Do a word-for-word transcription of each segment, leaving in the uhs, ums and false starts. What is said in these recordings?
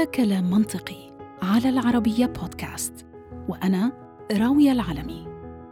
هذا كلام منطقي على العربية بودكاست، وأنا راوية العلمي.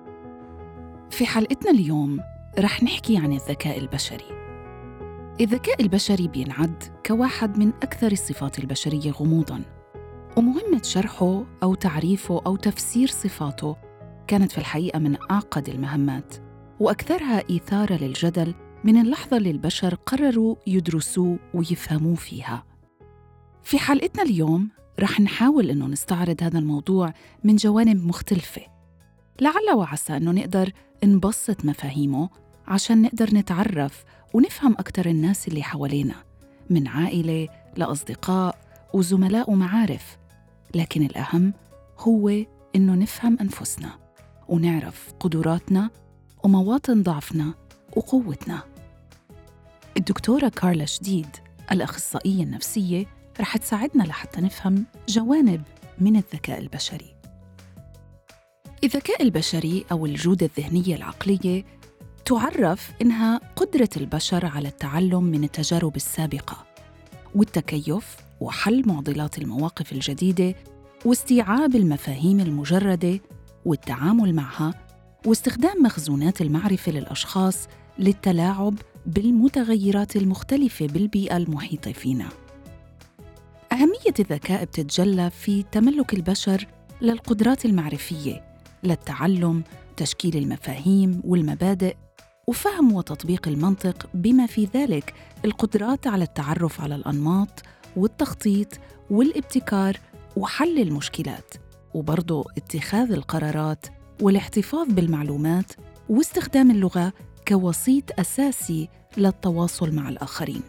في حلقتنا اليوم رح نحكي عن الذكاء البشري. الذكاء البشري بينعد كواحد من أكثر الصفات البشرية غموضاً، ومهمة شرحه أو تعريفه أو تفسير صفاته كانت في الحقيقة من أعقد المهمات وأكثرها إثارة للجدل من اللحظة اللي البشر قرروا يدرسوه ويفهموه فيها. في حلقتنا اليوم رح نحاول إنه نستعرض هذا الموضوع من جوانب مختلفة، لعل وعسى إنه نقدر نبسط مفاهيمه عشان نقدر نتعرف ونفهم أكتر الناس اللي حوالينا، من عائلة لأصدقاء وزملاء ومعارف. لكن الأهم هو إنه نفهم أنفسنا ونعرف قدراتنا ومواطن ضعفنا وقوتنا. الدكتورة كارلا شديد الأخصائية النفسية رح تساعدنا لحتى نفهم جوانب من الذكاء البشري. الذكاء البشري أو الجودة الذهنية العقلية تعرف إنها قدرة البشر على التعلم من التجارب السابقة والتكيف وحل معضلات المواقف الجديدة واستيعاب المفاهيم المجردة والتعامل معها واستخدام مخزونات المعرفة للأشخاص للتلاعب بالمتغيرات المختلفة بالبيئة المحيطة فينا. أهمية الذكاء بتتجلى في تملك البشر للقدرات المعرفية للتعلم، تشكيل المفاهيم والمبادئ، وفهم وتطبيق المنطق، بما في ذلك القدرات على التعرف على الأنماط والتخطيط والابتكار وحل المشكلات، وبرضو اتخاذ القرارات والاحتفاظ بالمعلومات واستخدام اللغة كوسيط أساسي للتواصل مع الآخرين.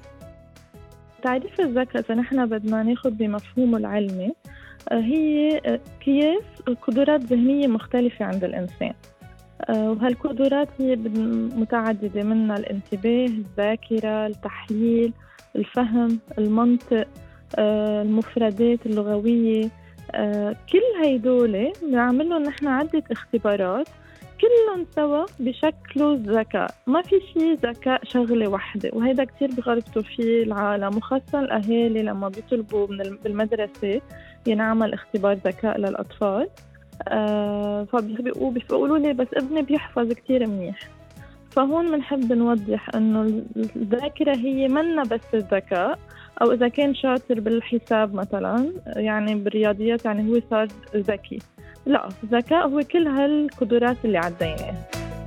تعريف الذكاء إذا نحن بدنا ناخد بمفهومه العلمي هي قياس قدرات ذهنية مختلفة عند الإنسان، وهالقدرات هي متعددة، منها الانتباه، الذاكرة، التحليل، الفهم، المنطق، المفردات اللغوية. كل هيدول بنعملهم نحن عدة اختبارات كلهم سوا بشكله ذكاء. ما في شيء ذكاء شغلة واحدة، وهذا كتير بغلطوا فيه العالم، وخاصة الأهالي لما بيطلبوا من بالمدرسة ينعمل اختبار ذكاء للأطفال. آه فبيقولوا لي بس ابني بيحفظ كتير منيح. فهون منحب نوضح أنه الذاكرة هي منا بس الذكاء، أو إذا كان شاطر بالحساب مثلا، يعني بالرياضيات يعني هو صار ذكي. لا، الذكاء هو كل هالقدرات اللي عديناها.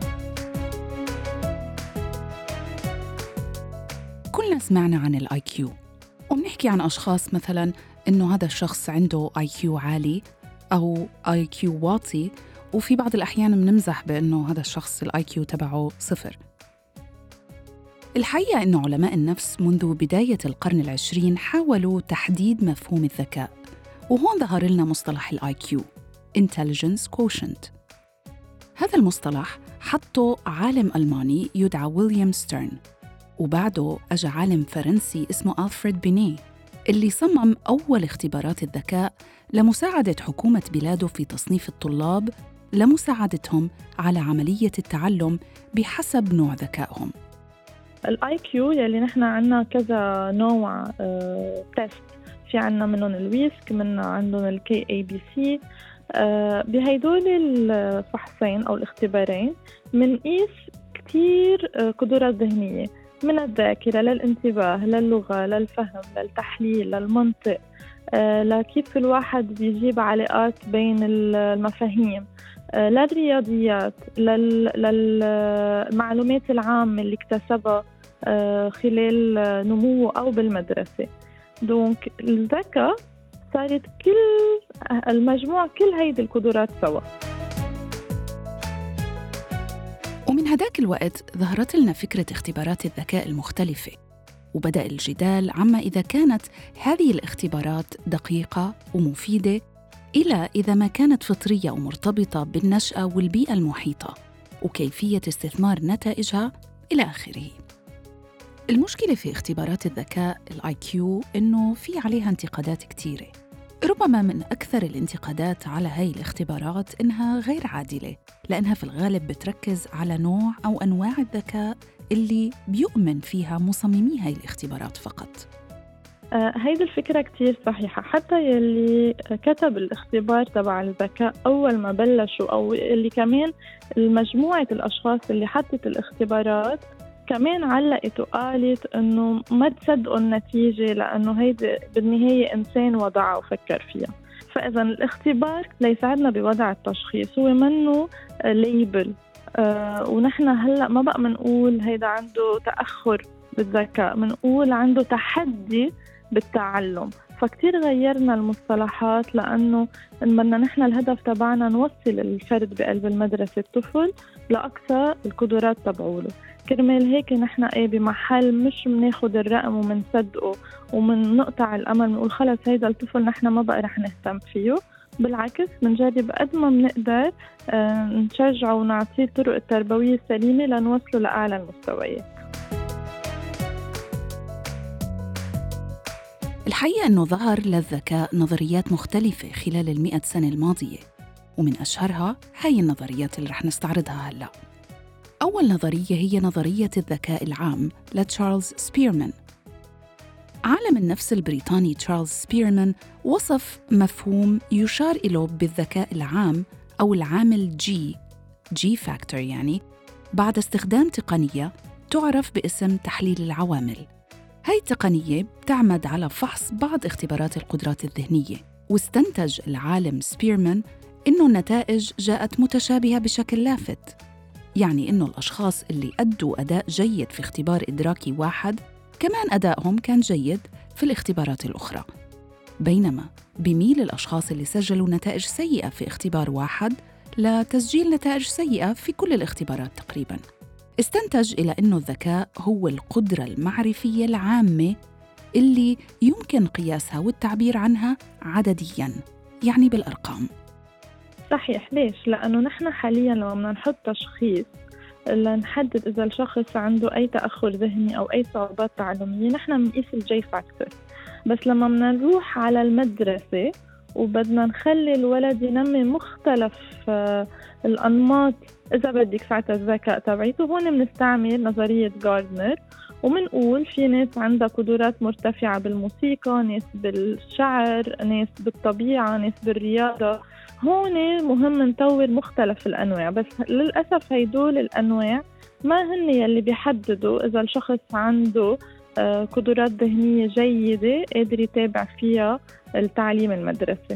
كلنا سمعنا عن الاي كيو، وبنحكي عن أشخاص مثلا إنه هذا الشخص عنده آي كيو عالي أو آي كيو واطي، وفي بعض الأحيان بنمزح بأنه هذا الشخص الآي كيو تبعه صفر. الحقيقة إنه علماء النفس منذ بداية القرن العشرين حاولوا تحديد مفهوم الذكاء، وهون ظهر لنا مصطلح الآي كيو Intelligence Quotient. هذا المصطلح حطه عالم ألماني يدعى ويليام ستيرن، وبعده أجا عالم فرنسي اسمه ألفريد بينيه اللي صمم أول اختبارات الذكاء لمساعدة حكومة بلاده في تصنيف الطلاب لمساعدتهم على عملية التعلم بحسب نوع ذكائهم. الاي كيو يلي نحن عنا كذا نوع اه تيست، في عنا منهم الويسك، مننا عندهم الكي اي بي سي. اه بهيدول الفحصين او الاختبارين منقيس كتير اه قدرات ذهنية، من الذاكرة للانتباه للغة للفهم للتحليل للمنطق، اه لكيف الواحد بيجيب علاقات بين المفاهيم، اه للرياضيات، للمعلومات العامة اللي اكتسبها اه خلال نموه أو بالمدرسة. دونك الذكاء صارت كل المجموع كل هيدي القدرات سوا. ومن هداك الوقت ظهرت لنا فكرة اختبارات الذكاء المختلفة، وبدأ الجدال عما إذا كانت هذه الاختبارات دقيقة ومفيدة إلى إذا ما كانت فطرية ومرتبطة بالنشأة والبيئة المحيطة وكيفية استثمار نتائجها إلى آخره. المشكلة في اختبارات الذكاء الآي كيو إنه في عليها انتقادات كتيرة. ربما من أكثر الانتقادات على هاي الاختبارات إنها غير عادلة، لأنها في الغالب بتركز على نوع أو أنواع الذكاء اللي بيؤمن فيها مصممي هاي الاختبارات فقط. آه، هيدي الفكرة كتير صحيحة. حتى يلي كتب الاختبار تبع الذكاء أول ما بلشوا، أو اللي كمان المجموعة الأشخاص اللي حطت الاختبارات كمان علقت وقالت إنه ما تصدقوا النتيجة، لأنه هيدي بالنهاية إنسان وضعها وفكر فيها. فإذا الاختبار ليساعدنا بوضع التشخيص، هو منه ليبل. آه ونحن هلأ ما بقى منقول هيدا عنده تأخر بالذكاء، منقول عنده تحدي بالتعلم. فكتير غيرنا المصطلحات، لأنه بدنا نحن الهدف تبعنا نوصل الفرد بقلب المدرسة الطفل لأقصى القدرات تبعوله. كرمال هيك نحن ايه بمحل مش مناخد الرقم ومنصدقه ومن نقطع الأمل نقول خلص هيدا الطفل نحن ما بقى رح نهتم فيه. بالعكس منجرب قد ما بنقدر آه نشجعه ونعطيه الطرق التربوية السليمة لنوصله لأعلى المستويات. الحقيقة أنه ظهر للذكاء نظريات مختلفة خلال المئة سنة الماضية، ومن أشهرها هاي النظريات اللي رح نستعرضها هلأ. أول نظرية هي نظرية الذكاء العام لتشارلز سبيرمان. عالم النفس البريطاني تشارلز سبيرمان وصف مفهوم يشار إليه بالذكاء العام أو العامل جي جي فاكتور، يعني بعد استخدام تقنية تعرف باسم تحليل العوامل. هاي التقنية بتعمد على فحص بعض اختبارات القدرات الذهنية، واستنتج العالم سبيرمان إنه النتائج جاءت متشابهة بشكل لافت، يعني إنه الأشخاص اللي أدوا أداء جيد في اختبار إدراكي واحد كمان أدائهم كان جيد في الاختبارات الأخرى، بينما بيميل الأشخاص اللي سجلوا نتائج سيئة في اختبار واحد لتسجيل نتائج سيئة في كل الاختبارات تقريباً. استنتج إلى أنه الذكاء هو القدرة المعرفية العامة اللي يمكن قياسها والتعبير عنها عددياً، يعني بالأرقام. صحيح. ليش؟ لأنه نحن حالياً لما بدنا نحط تشخيص لنحدد إذا الشخص عنده أي تأخر ذهني أو أي صعوبات تعلمية، نحن بنقيس الجي فاكتور. بس لما بدنا نروح على المدرسة وبدنا نخلي الولد ينمي مختلف الأنماط، إذا بدك ساعتها الذكاء تبعيته، هون بنستعمل نظرية غاردنر ومنقول في ناس عندها قدرات مرتفعة بالموسيقى، ناس بالشعر، ناس بالطبيعة، ناس بالرياضة. هون مهم نطور مختلف الأنواع، بس للأسف هيدول الأنواع ما هن يلي بيحددوا إذا الشخص عنده قدرات ذهنية جيدة قادر يتابع فيها التعليم المدرسي.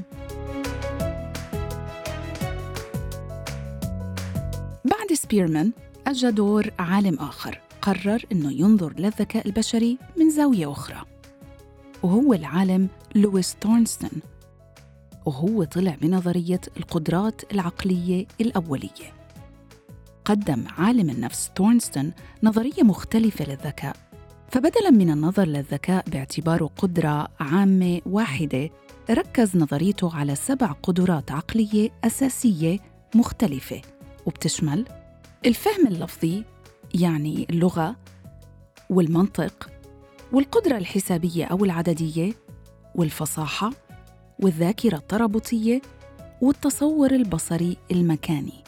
بعد سبيرمان أجى دور عالم آخر قرر إنه ينظر للذكاء البشري من زاوية أخرى، وهو العالم لويس تورنستون، وهو طلع بنظرية القدرات العقلية الأولية. قدم عالم النفس تورنستون نظرية مختلفة للذكاء، فبدلاً من النظر للذكاء باعتباره قدرة عامة واحدة، ركز نظريته على سبع قدرات عقلية أساسية مختلفة، وبتشمل الفهم اللفظي، يعني اللغة والمنطق، والقدرة الحسابية أو العددية، والفصاحة، والذاكرة الترابطية، والتصور البصري المكاني.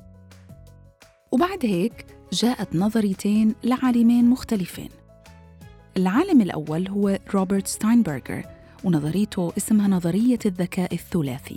وبعد هيك جاءت نظريتين لعالمين مختلفين. العالم الأول هو روبرت ستاينبرغر، ونظريته اسمها نظرية الذكاء الثلاثي.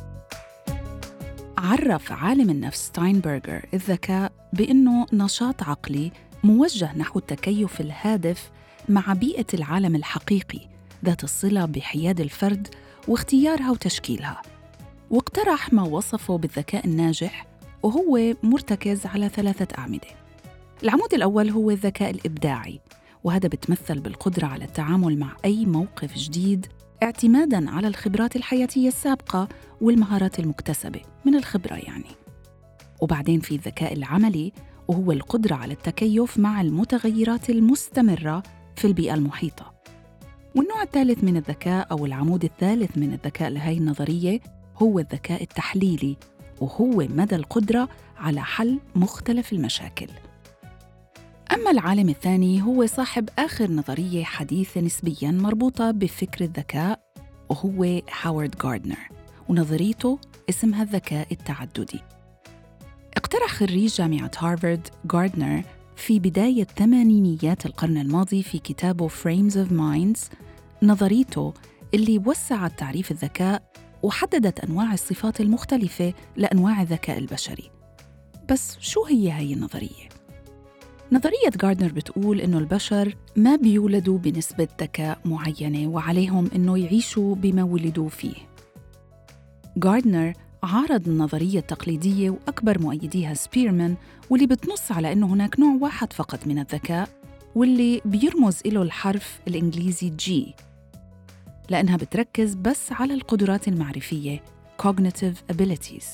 عرف عالم النفس ستاينبرغر الذكاء بأنه نشاط عقلي موجه نحو التكيف الهادف مع بيئة العالم الحقيقي ذات الصلة بحياد الفرد واختيارها وتشكيلها، واقترح ما وصفه بالذكاء الناجح، وهو مرتكز على ثلاثة أعمدة. العمود الأول هو الذكاء الإبداعي، وهذا بتمثل بالقدرة على التعامل مع أي موقف جديد اعتماداً على الخبرات الحياتية السابقة والمهارات المكتسبة من الخبرة يعني. وبعدين في الذكاء العملي، وهو القدرة على التكيف مع المتغيرات المستمرة في البيئة المحيطة. والنوع الثالث من الذكاء أو العمود الثالث من الذكاء لهي النظرية هو الذكاء التحليلي، وهو مدى القدرة على حل مختلف المشاكل. أما العالم الثاني هو صاحب آخر نظرية حديثة نسبياً مربوطة بفكر الذكاء، وهو هاوارد غاردنر، ونظريته اسمها الذكاء التعددي. اقترح خريج جامعة هارفارد غاردنر في بداية ثمانينيات القرن الماضي في كتابه Frames of Minds نظريته اللي وسعت تعريف الذكاء وحددت أنواع الصفات المختلفة لأنواع الذكاء البشري. بس شو هي هاي النظرية؟ نظرية غاردنر بتقول إنه البشر ما بيولدوا بنسبة ذكاء معينة وعليهم إنه يعيشوا بما ولدوا فيه. غاردنر عارض النظرية التقليدية وأكبر مؤيديها سبيرمان، واللي بتنص على إنه هناك نوع واحد فقط من الذكاء واللي بيرمز إله الحرف الإنجليزي جي، لأنها بتركز بس على القدرات المعرفية cognitive abilities.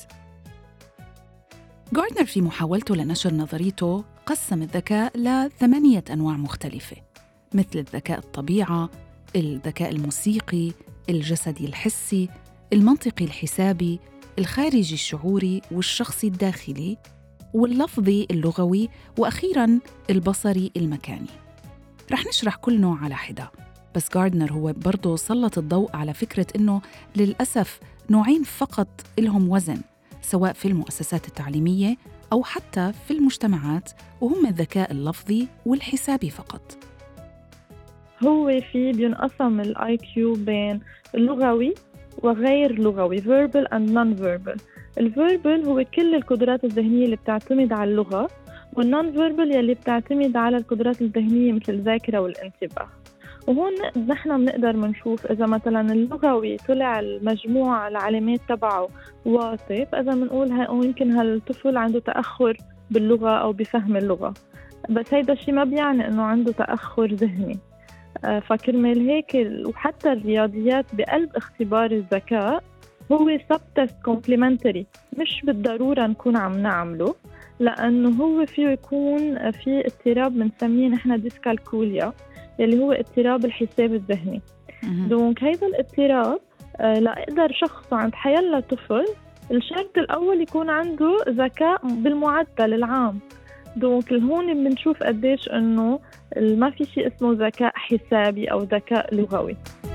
غاردنر في محاولته لنشر نظريته قسم الذكاء لثمانية أنواع مختلفة، مثل الذكاء الطبيعة، الذكاء الموسيقي، الجسدي الحسي، المنطقي الحسابي، الخارجي الشعوري والشخصي الداخلي، واللفظي اللغوي، وأخيراً البصري المكاني. رح نشرح كل نوع على حدة، بس غاردنر هو برضو سلط الضوء على فكرة إنه للأسف نوعين فقط لهم وزن سواء في المؤسسات التعليمية أو حتى في المجتمعات، وهم الذكاء اللفظي والحسابي فقط. هو في بينقسم الاي كيو بين اللغوي وغير لغوي verbal and non-verbal. الverbal هو كل القدرات الذهنية اللي بتعتمد على اللغة، والnon-verbal يلي بتعتمد على القدرات الذهنية مثل الذاكرة والانتباه. وهون نحن بنقدر منشوف إذا مثلا اللغوي طلع المجموع العلامات تبعه واطي، فإذا بنقول أو يمكن هالطفل عنده تأخر باللغة أو بفهم اللغة، بس هيدا الشيء ما بيعني إنه عنده تأخر ذهني. فكرمال هيك وحتى الرياضيات بقلب اختبار الذكاء هو سب-تست كومبليمنتري، مش بالضرورة نكون عم نعمله، لأنه هو فيه يكون في اضطراب بنسميه نحن ديسكالكوليا، اللي هو اضطراب الحساب الذهني. دونك هيدا الاضطراب لا اقدر شخصه عند حيلا طفل، الشرط الأول يكون عنده ذكاء بالمعدل العام. دونك هون بنشوف قديش إنه ما في شيء اسمه ذكاء حسابي أو ذكاء لغوي.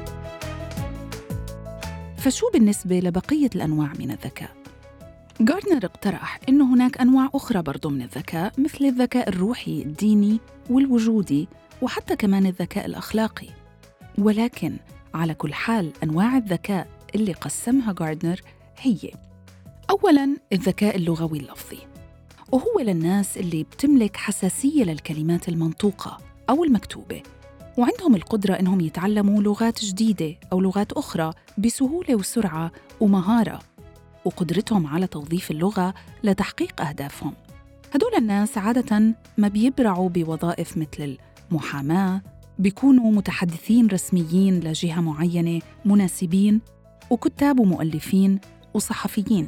فشو بالنسبة لبقية الأنواع من الذكاء؟ غاردنر اقترح إنه هناك أنواع أخرى برضو من الذكاء، مثل الذكاء الروحي، الديني والوجودي، وحتى كمان الذكاء الأخلاقي. ولكن على كل حال أنواع الذكاء اللي قسمها غاردنر هي: أولاً الذكاء اللغوي اللفظي، وهو للناس اللي بتملك حساسية للكلمات المنطوقة أو المكتوبة، وعندهم القدرة إنهم يتعلموا لغات جديدة أو لغات أخرى بسهولة وسرعة ومهارة، وقدرتهم على توظيف اللغة لتحقيق أهدافهم. هدول الناس عادة ما بيبرعوا بوظائف مثل المحاماة، بيكونوا متحدثين رسميين لجهة معينة مناسبين، وكتاب ومؤلفين وصحفيين.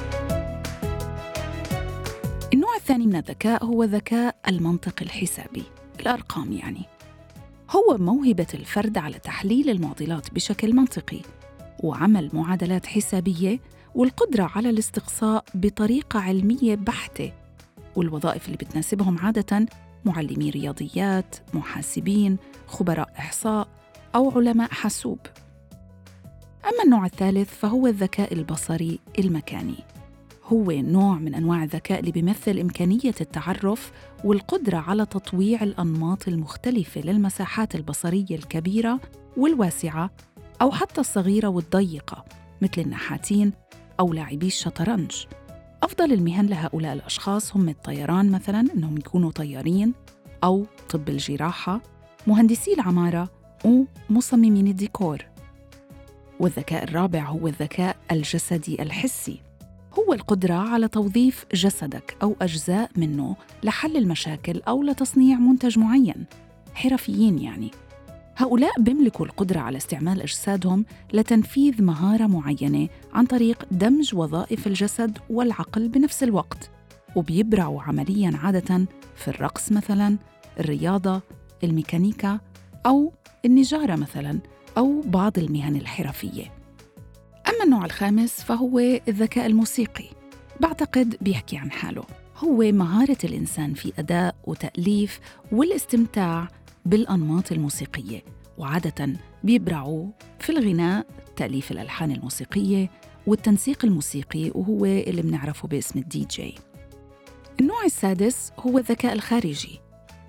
النوع الثاني من الذكاء هو ذكاء المنطق الحسابي، الأرقام يعني. هو موهبة الفرد على تحليل المعضلات بشكل منطقي وعمل معادلات حسابية والقدرة على الاستقصاء بطريقة علمية بحتة. والوظائف اللي بتناسبهم عادة معلمي رياضيات، محاسبين، خبراء إحصاء أو علماء حاسوب. أما النوع الثالث فهو الذكاء البصري المكاني. هو نوع من أنواع الذكاء اللي بيمثل إمكانية التعرف والقدرة على تطويع الأنماط المختلفة للمساحات البصرية الكبيرة والواسعة أو حتى الصغيرة والضيقة، مثل النحاتين أو لاعبي الشطرنج. أفضل المهن لهؤلاء الأشخاص هم الطيران مثلاً، إنهم يكونوا طيارين، أو طب الجراحة، مهندسي العمارة، ومصممين الديكور. والذكاء الرابع هو الذكاء الجسدي الحسي. هو القدرة على توظيف جسدك أو أجزاء منه لحل المشاكل أو لتصنيع منتج معين، حرفيين يعني. هؤلاء بيملكوا القدرة على استعمال أجسادهم لتنفيذ مهارة معينة عن طريق دمج وظائف الجسد والعقل بنفس الوقت، وبيبرعوا عملياً عادة في الرقص مثلاً، الرياضة، الميكانيكا أو النجارة مثلاً، أو بعض المهن الحرفية. أما النوع الخامس فهو الذكاء الموسيقي. بعتقد بيحكي عن حاله، هو مهارة الإنسان في أداء وتأليف والاستمتاع بالأنماط الموسيقية، وعادة بيبرعوا في الغناء، تأليف الألحان الموسيقية والتنسيق الموسيقي، وهو اللي بنعرفه باسم الدي جي. النوع السادس هو الذكاء الخارجي،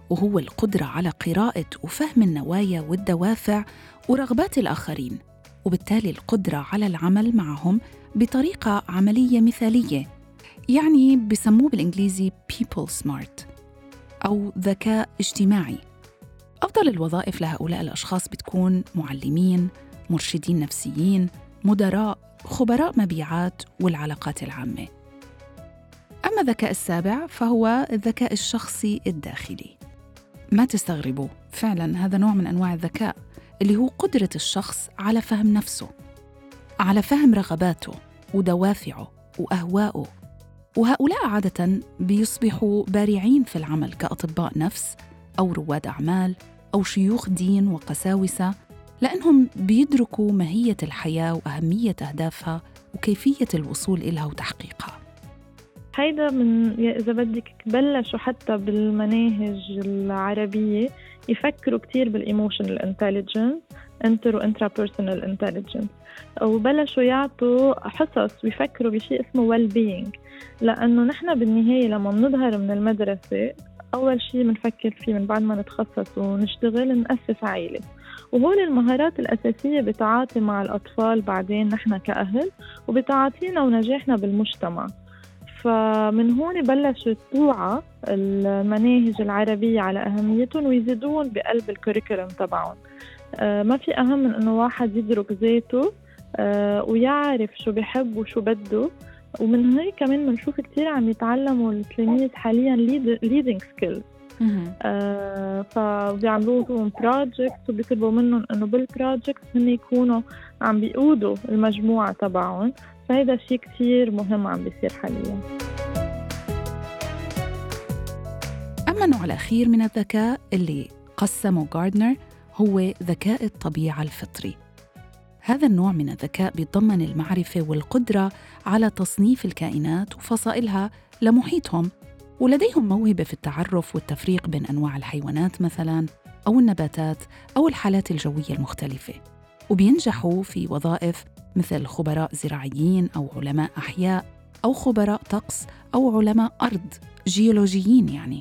وهو القدرة على قراءة وفهم النوايا والدوافع ورغبات الآخرين، وبالتالي القدرة على العمل معهم بطريقة عملية مثالية، يعني بسموه بالإنجليزي people smart أو ذكاء اجتماعي. أفضل الوظائف لهؤلاء الأشخاص بتكون معلمين، مرشدين نفسيين، مدراء، خبراء مبيعات والعلاقات العامة. أما الذكاء السابع فهو الذكاء الشخصي الداخلي. ما تستغربوا، فعلاً هذا نوع من أنواع الذكاء اللي هو قدرة الشخص على فهم نفسه، على فهم رغباته ودوافعه وأهواءه. وهؤلاء عادة بيصبحوا بارعين في العمل كأطباء نفس أو رواد أعمال أو شيوخ دين وقساوسة، لأنهم بيدركوا ماهية الحياة وأهمية أهدافها وكيفية الوصول إلها وتحقيقها. هيدا من إذا بدك بلشوا حتى بالمناهج العربية يفكروا كتير بالإيموشنال انتليجنس، انتر وانترا بيرسونال انتليجنس، وبلشوا يعطوا حصص ويفكروا بشيء اسمه ويل بينج، لأنه نحن بالنهاية لما بنظهر من المدرسة أول شيء بنفكر فيه من بعد ما نتخصص ونشتغل نأسس عائلة، وهول المهارات الأساسية بتعاطي مع الأطفال بعدين نحن كأهل وبتعاطينا ونجاحنا بالمجتمع. فمن هون بلشت توعى المناهج العربية على أهميتهم ويزيدون بقلب الكوريكولم تبعهم. آه ما في أهم من أنه واحد يدرك ذاته آه ويعرف شو بيحب وشو بده. ومن هيك كمان بنشوف كتير عم يتعلموا التلاميذ حاليا leading skills، آه فبيعملوهم projects وبيطلبوا منهم أنه بالprojects هن يكونوا عم بيقودوا المجموعة تبعهم. فهذا شيء كتير مهم عم بيصير حاليا. أما النوع الأخير من الذكاء اللي قسمه غاردنر هو ذكاء الطبيعة الفطري. هذا النوع من الذكاء بيتضمن المعرفة والقدرة على تصنيف الكائنات وفصائلها لمحيطهم، ولديهم موهبة في التعرف والتفريق بين أنواع الحيوانات مثلاً أو النباتات أو الحالات الجوية المختلفة، وبينجحوا في وظائف مثل خبراء زراعيين أو علماء أحياء أو خبراء طقس أو علماء أرض جيولوجيين يعني.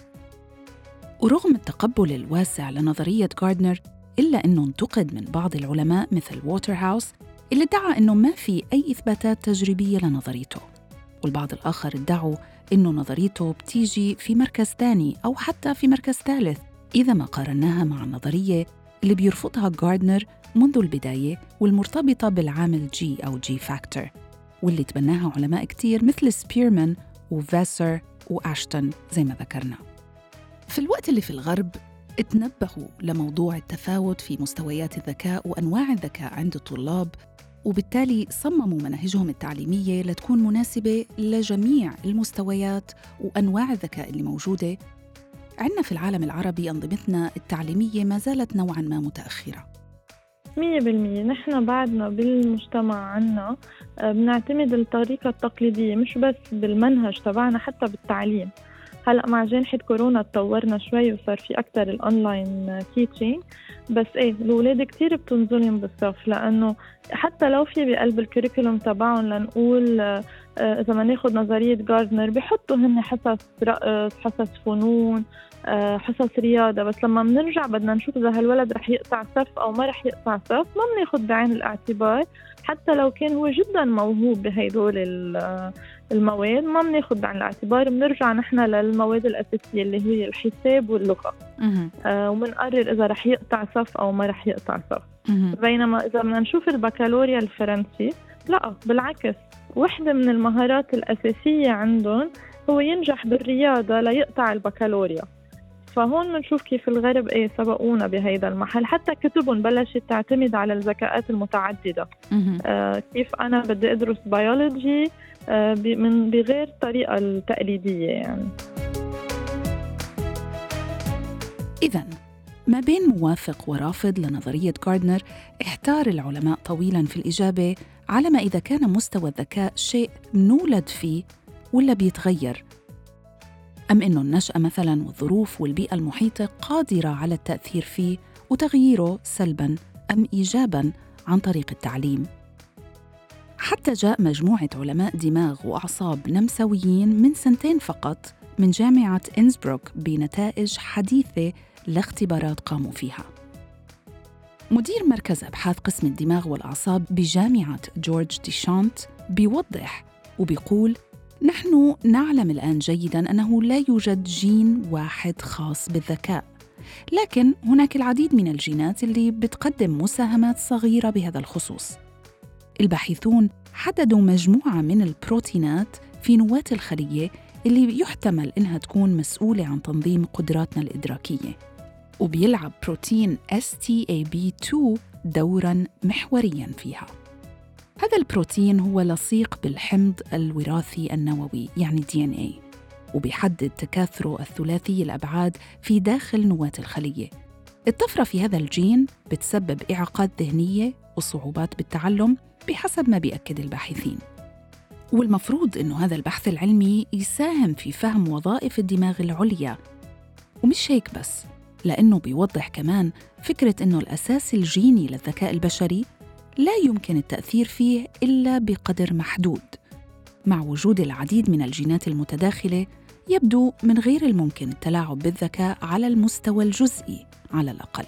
ورغم التقبل الواسع لنظرية غاردنر إلا أنه انتقد من بعض العلماء مثل ووترهاوس اللي ادعى أنه ما في أي إثباتات تجريبية لنظريته، والبعض الآخر ادعوا أنه نظريته بتيجي في مركز ثاني أو حتى في مركز ثالث إذا ما قارناها مع النظرية اللي بيرفضها غاردنر منذ البداية والمرتبطة بالعامل جي أو جي فاكتور، واللي تبناها علماء كتير مثل سبيرمان وفاسر وأشتون زي ما ذكرنا. في الوقت اللي في الغرب اتنبهوا لموضوع التفاوت في مستويات الذكاء وأنواع الذكاء عند الطلاب، وبالتالي صمموا مناهجهم التعليمية لتكون مناسبة لجميع المستويات وأنواع الذكاء اللي موجودة. عندنا في العالم العربي أنظمتنا التعليمية ما زالت نوعاً ما متأخرة. مية بالمية نحن بعدنا بالمجتمع عنا بنعتمد الطريقة التقليدية، مش بس بالمنهج تبعنا حتى بالتعليم. هلأ مع جائحة كورونا تطورنا شوي وصار في أكتر الأونلاين تيتشينج، بس إيه الأولاد كتير بتنظلم بالصف، لأنه حتى لو في بقلب الكوريكولوم تبعهم لنقول إذا ما ناخد نظرية غاردنر بيحطوا هن حصص رقص، حصص فنون، حصص رياضة، بس لما بنرجع بدنا نشوف إذا هالولد رح يقطع صف أو ما رح يقطع صف ما بناخد بعين الاعتبار. حتى لو كان هو جدا موهوب بهيدول المواد ما بناخد بعين الاعتبار، بنرجع نحن للمواد الأساسية اللي هي الحساب واللغة، آه ومنقرر إذا رح يقطع صف أو ما رح يقطع صف. بينما إذا بدنا نشوف البكالوريا الفرنسي لا بالعكس، واحدة من المهارات الأساسية عندهم هو ينجح بالرياضة ليقطع البكالوريا. فهون بنشوف كيف الغرب ايه سبقونا بهيدا المحل، حتى كتبهم بلشت تعتمد على الذكاءات المتعددة. آه كيف أنا بدي أدرس بيولوجي آه من بغير الطريقة التقليدية يعني. إذن ما بين موافق ورافض لنظرية غاردنر احتار العلماء طويلاً في الإجابة على ما إذا كان مستوى الذكاء شيء نولد فيه ولا بيتغير، أم إنه النشأة مثلاً والظروف والبيئة المحيطة قادرة على التأثير فيه وتغييره سلباً أم إيجاباً عن طريق التعليم. حتى جاء مجموعة علماء دماغ وأعصاب نمساويين من سنتين فقط من جامعة إنسبروك بنتائج حديثة لاختبارات قاموا فيها. مدير مركز أبحاث قسم الدماغ والأعصاب بجامعة جورج ديشانت بيوضح وبيقول: نحن نعلم الآن جيداً أنه لا يوجد جين واحد خاص بالذكاء، لكن هناك العديد من الجينات اللي بتقدم مساهمات صغيرة بهذا الخصوص. الباحثون حددوا مجموعة من البروتينات في نواة الخلية اللي يحتمل إنها تكون مسؤولة عن تنظيم قدراتنا الإدراكية، وبيلعب بروتين إس تي إيه بي تو دوراً محورياً فيها. هذا البروتين هو لصيق بالحمض الوراثي النووي يعني دي إن إيه، وبيحدد تكاثره الثلاثي الأبعاد في داخل نواة الخلية. الطفرة في هذا الجين بتسبب إعاقات ذهنية وصعوبات بالتعلم بحسب ما بيأكد الباحثين. والمفروض إنه هذا البحث العلمي يساهم في فهم وظائف الدماغ العليا، ومش هيك بس، لأنه بيوضح كمان فكرة إنه الأساس الجيني للذكاء البشري لا يمكن التأثير فيه إلا بقدر محدود. مع وجود العديد من الجينات المتداخلة، يبدو من غير الممكن التلاعب بالذكاء على المستوى الجزئي على الأقل.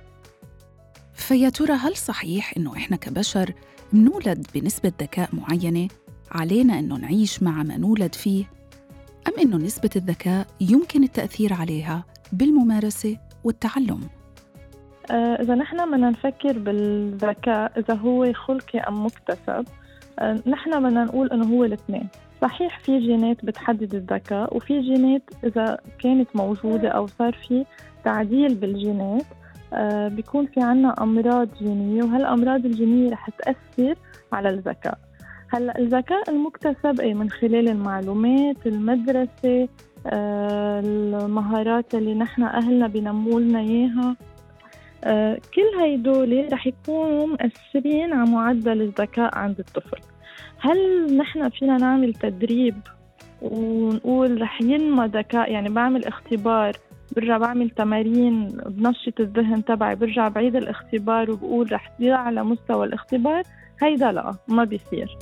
فيا ترى هل صحيح إنه إحنا كبشر منولد بنسبة ذكاء معينة علينا إنه نعيش مع ما نولد فيه؟ أم إنه نسبة الذكاء يمكن التأثير عليها بالممارسة والتعلم؟ آه، إذا نحن بدنا نفكر بالذكاء إذا هو خلقي أم مكتسب، آه، نحن بدنا نقول إنه هو الاثنين. صحيح في جينات بتحدد الذكاء، وفي جينات إذا كانت موجودة أو صار في تعديل بالجينات آه، بيكون في عنا أمراض جينية، وهالأمراض الجينية رح تأثر على الذكاء. هلأ الذكاء المكتسب أي من خلال المعلومات، المدرسة، آه، المهارات اللي نحن أهلنا بينمولنا إياها، آه، كل هيدول رح يكونوا مؤثرين على معدل الذكاء عند الطفل. هل نحن فينا نعمل تدريب ونقول رح ينمى ذكاء؟ يعني بعمل اختبار، برجع بعمل تمارين بنشط الذهن تبعي، برجع بعيد الاختبار وبقول رح يعلى مستوى الاختبار؟ هيدا لا، ما بيصير.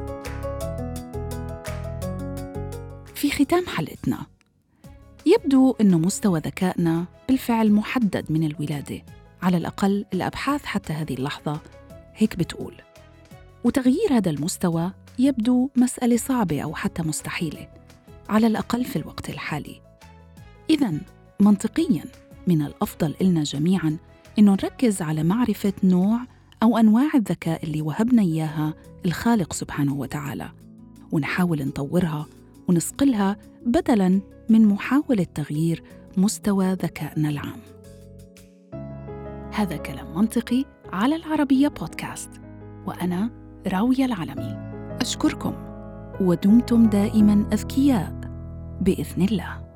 في ختام حلقتنا، يبدو أنه مستوى ذكائنا بالفعل محدد من الولادة، على الأقل الأبحاث حتى هذه اللحظة هيك بتقول، وتغيير هذا المستوى يبدو مسألة صعبة أو حتى مستحيلة، على الأقل في الوقت الحالي. إذن منطقياً من الأفضل إلنا جميعاً إنه نركز على معرفة نوع أو أنواع الذكاء اللي وهبنا إياها الخالق سبحانه وتعالى، ونحاول نطورها ونصقلها بدلاً من محاولة تغيير مستوى ذكائنا العام. هذا كلام منطقي على العربية بودكاست، وأنا راوية العلمي. أشكركم ودمتم دائماً أذكياء بإذن الله.